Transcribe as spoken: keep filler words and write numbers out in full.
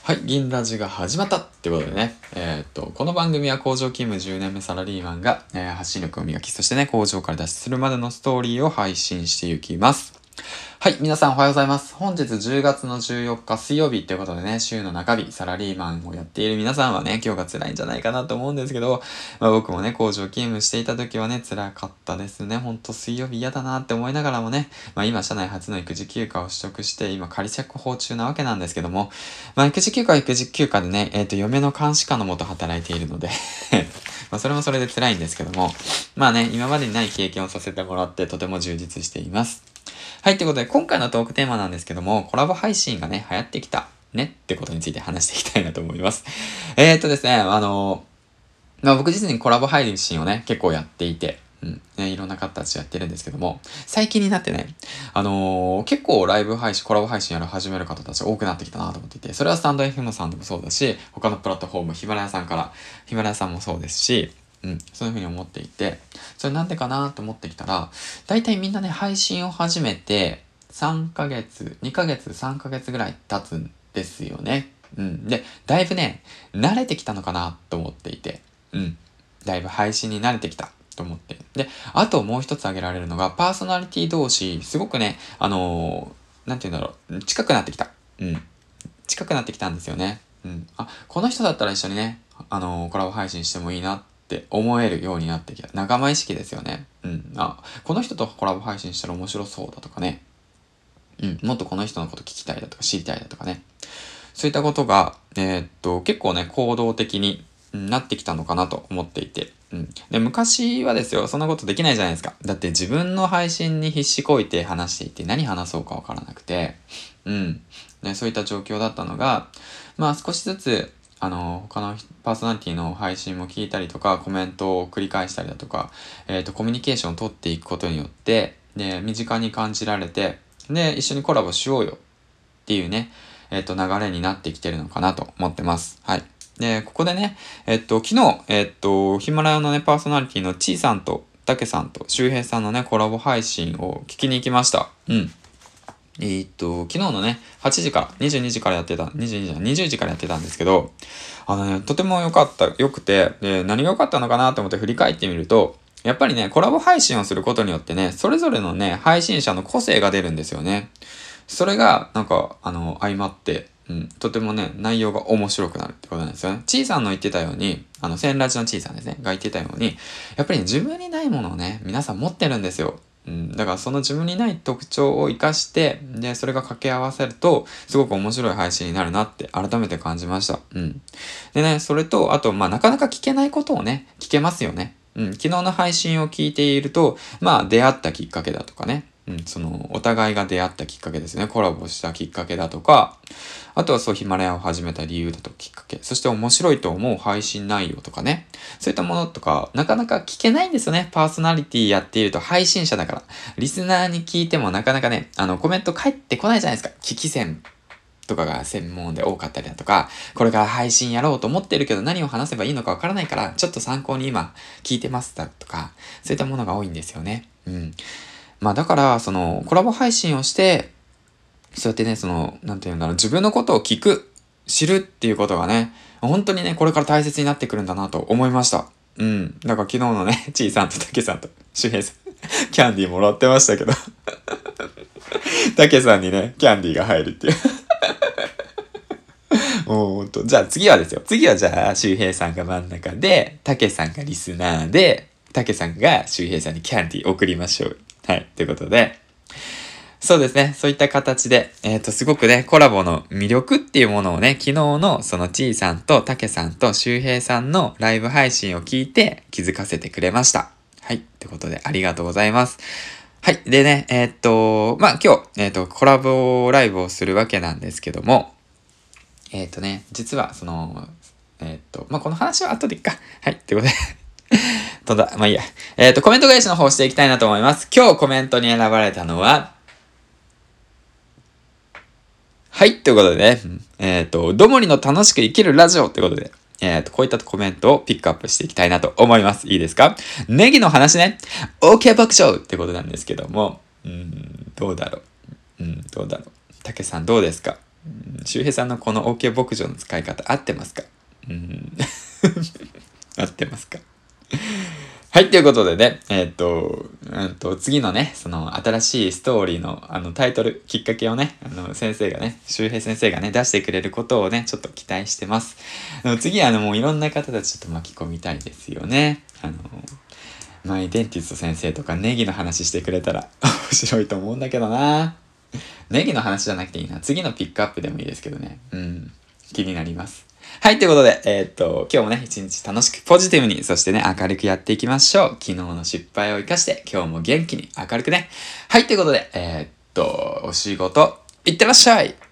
はい、銀ラジが始まったってことでね、えー、っと、この番組は工場勤務じゅうねんめサラリーマンが、えー発信力を磨き、そしてね、工場から脱出するまでのストーリーを配信していきます。はい、皆さんおはようございます。本日じゅうがつのじゅうよっか水曜日ということでね、週の中日、サラリーマンをやっている皆さんはね、今日が辛いんじゃないかなと思うんですけど、まあ僕もね、工場勤務していた時はね、辛かったですね。ほんと水曜日嫌だなって思いながらもね、まあ今、社内初の育児休暇を取得して、今仮釈放中なわけなんですけども、まあ育児休暇は育児休暇でね、えっ、と、嫁の監視下のもと働いているのでまあそれもそれで辛いんですけども、まあね、今までにない経験をさせてもらってとても充実しています。はい、ということで、今回のトークテーマなんですけども、コラボ配信がね、流行ってきたねってことについて話していきたいなと思います。えーっとですね、あの、まあ僕自身コラボ配信をね、結構やっていて、うん、ね、いろんな形やってるんですけども、最近になってね、あのー結構ライブ配信、コラボ配信やる始める方たち多くなってきたなと思っていて、それはスタンド エフエム さんでもそうだし、他のプラットフォーム、ヒマラヤさんから、ヒマラヤさんもそうですし、うん、そういう風に思っていて、それなんでかなと思ってきたら、大体みんなね、配信を始めて、さんかげつ、にかげつ、さんかげつぐらい経つんですよね。うん。で、だいぶね、慣れてきたのかなと思っていて、うん。だいぶ配信に慣れてきたと思って。で、あともう一つ挙げられるのが、パーソナリティ同士、すごくね、あのー、なんて言うんだろう、近くなってきた。うん。近くなってきたんですよね。うん。あ、この人だったら一緒にね、あのー、コラボ配信してもいいなって思えるようになってきた。仲間意識ですよね。うん。あ、この人とコラボ配信したら面白そうだとかね。うん。もっとこの人のこと聞きたいだとか知りたいだとかね。そういったことが、えーっと、結構ね、行動的にうんなってきたのかなと思っていて。うん。で、昔はですよ、そんなことできないじゃないですか。だって自分の配信に必死こいて話していて何話そうかわからなくて。うん。ね、そういった状況だったのが、まあ少しずつ、あの、他のパーソナリティの配信も聞いたりとか、コメントを繰り返したりだとか、えっと、コミュニケーションを取っていくことによって、で、身近に感じられて、で、一緒にコラボしようよっていうね、えっと、流れになってきてるのかなと思ってます。はい。で、ここでね、えっと、昨日、えっと、ヒマラヤのね、パーソナリティのちーさんと、たけさんと、周平さんのね、コラボ配信を聞きに行きました。うん。えーっと、昨日のね、はちじから、にじゅうにじからやってた、にじゅうにじじゃない、にじゅうじからやってたんですけど、あのね、とても良かった、良くて、で、何が良かったのかなと思って振り返ってみると、やっぱりね、コラボ配信をすることによってね、それぞれのね、配信者の個性が出るんですよね。それが、なんか、あの、相まって、うん、とてもね、内容が面白くなるってことなんですよね。ちーさんの言ってたように、あの、千ラジのちーさんですね、が言ってたように、やっぱり、ね、自分にないものをね、皆さん持ってるんですよ。うん、だからその自分にない特徴を活かして、で、それが掛け合わせると、すごく面白い配信になるなって改めて感じました。うん。でね、それと、あと、まあ、なかなか聞けないことをね、聞けますよね。うん、昨日の配信を聞いていると、まあ、出会ったきっかけだとかね。うん、その、お互いが出会ったきっかけですね。コラボしたきっかけだとか、あとはそう、ヒマラヤを始めた理由だときっかけ、そして面白いと思う配信内容とかね。そういったものとか、なかなか聞けないんですよね。パーソナリティやっていると配信者だから。リスナーに聞いてもなかなかね、あの、コメント返ってこないじゃないですか。聞き戦とかが専門で多かったりだとか、これから配信やろうと思ってるけど何を話せばいいのかわからないから、ちょっと参考に今聞いてますだとか、そういったものが多いんですよね。うん。まあだから、その、コラボ配信をして、そうやってね、その、なんていうんだろう、自分のことを聞く、知るっていうことがね、本当にね、これから大切になってくるんだなと思いました。うん。だから昨日のね、ちーさんとたけさんと、しゅうへいさん、キャンディーもらってましたけど、たけさんにね、キャンディーが入るっていう。もうほんと。じゃあ次はですよ。次はじゃあ、周平さんが真ん中で、たけさんがリスナーで、たけさんが周平さんにキャンディー送りましょう。はい。ということで、そうですね。そういった形で、えっと、すごくね、コラボの魅力っていうものをね、昨日のそのちーさんとたけさんと周平さんのライブ配信を聞いて気づかせてくれました。はい。ということで、ありがとうございます。はい。でね、えーっと、まあ、今日、えーっと、コラボライブをするわけなんですけども、えーっとね、実は、その、えーっと、まあ、この話は後でいっか。はい。ということでとだ、まあ、いいや。えーっと、コメント返しの方していきたいなと思います。今日コメントに選ばれたのは、はい。ということでね、えっと、どもりの楽しく生きるラジオということで、えっと、こういったコメントをピックアップしていきたいなと思います。いいですか？ネギの話ね。OK 爆笑ってことなんですけども、うーん、どうだろう。うん、どうだろう。たけさんどうですか？ うん、周平さんのこの OK 牧場の使い方合ってますか？うん。合ってますか？はい、ということでね、えーっと、うんと、次のね、その新しいストーリーのあのタイトル、きっかけをね、あの先生がね、周平先生がね、出してくれることをね、ちょっと期待してます。あの次はあのもういろんな方たちちょっと巻き込みたいですよね。あの、マイデンティスト先生とかネギの話してくれたら面白いと思うんだけどな。ネギの話じゃなくていいな。次のピックアップでもいいですけどね。うん。気になります。はい、ということで、えーっと、今日もね、一日楽しくポジティブに、そしてね、明るくやっていきましょう。昨日の失敗を生かして、今日も元気に明るくね。はい、ということで、えーっと、お仕事、いってらっしゃい。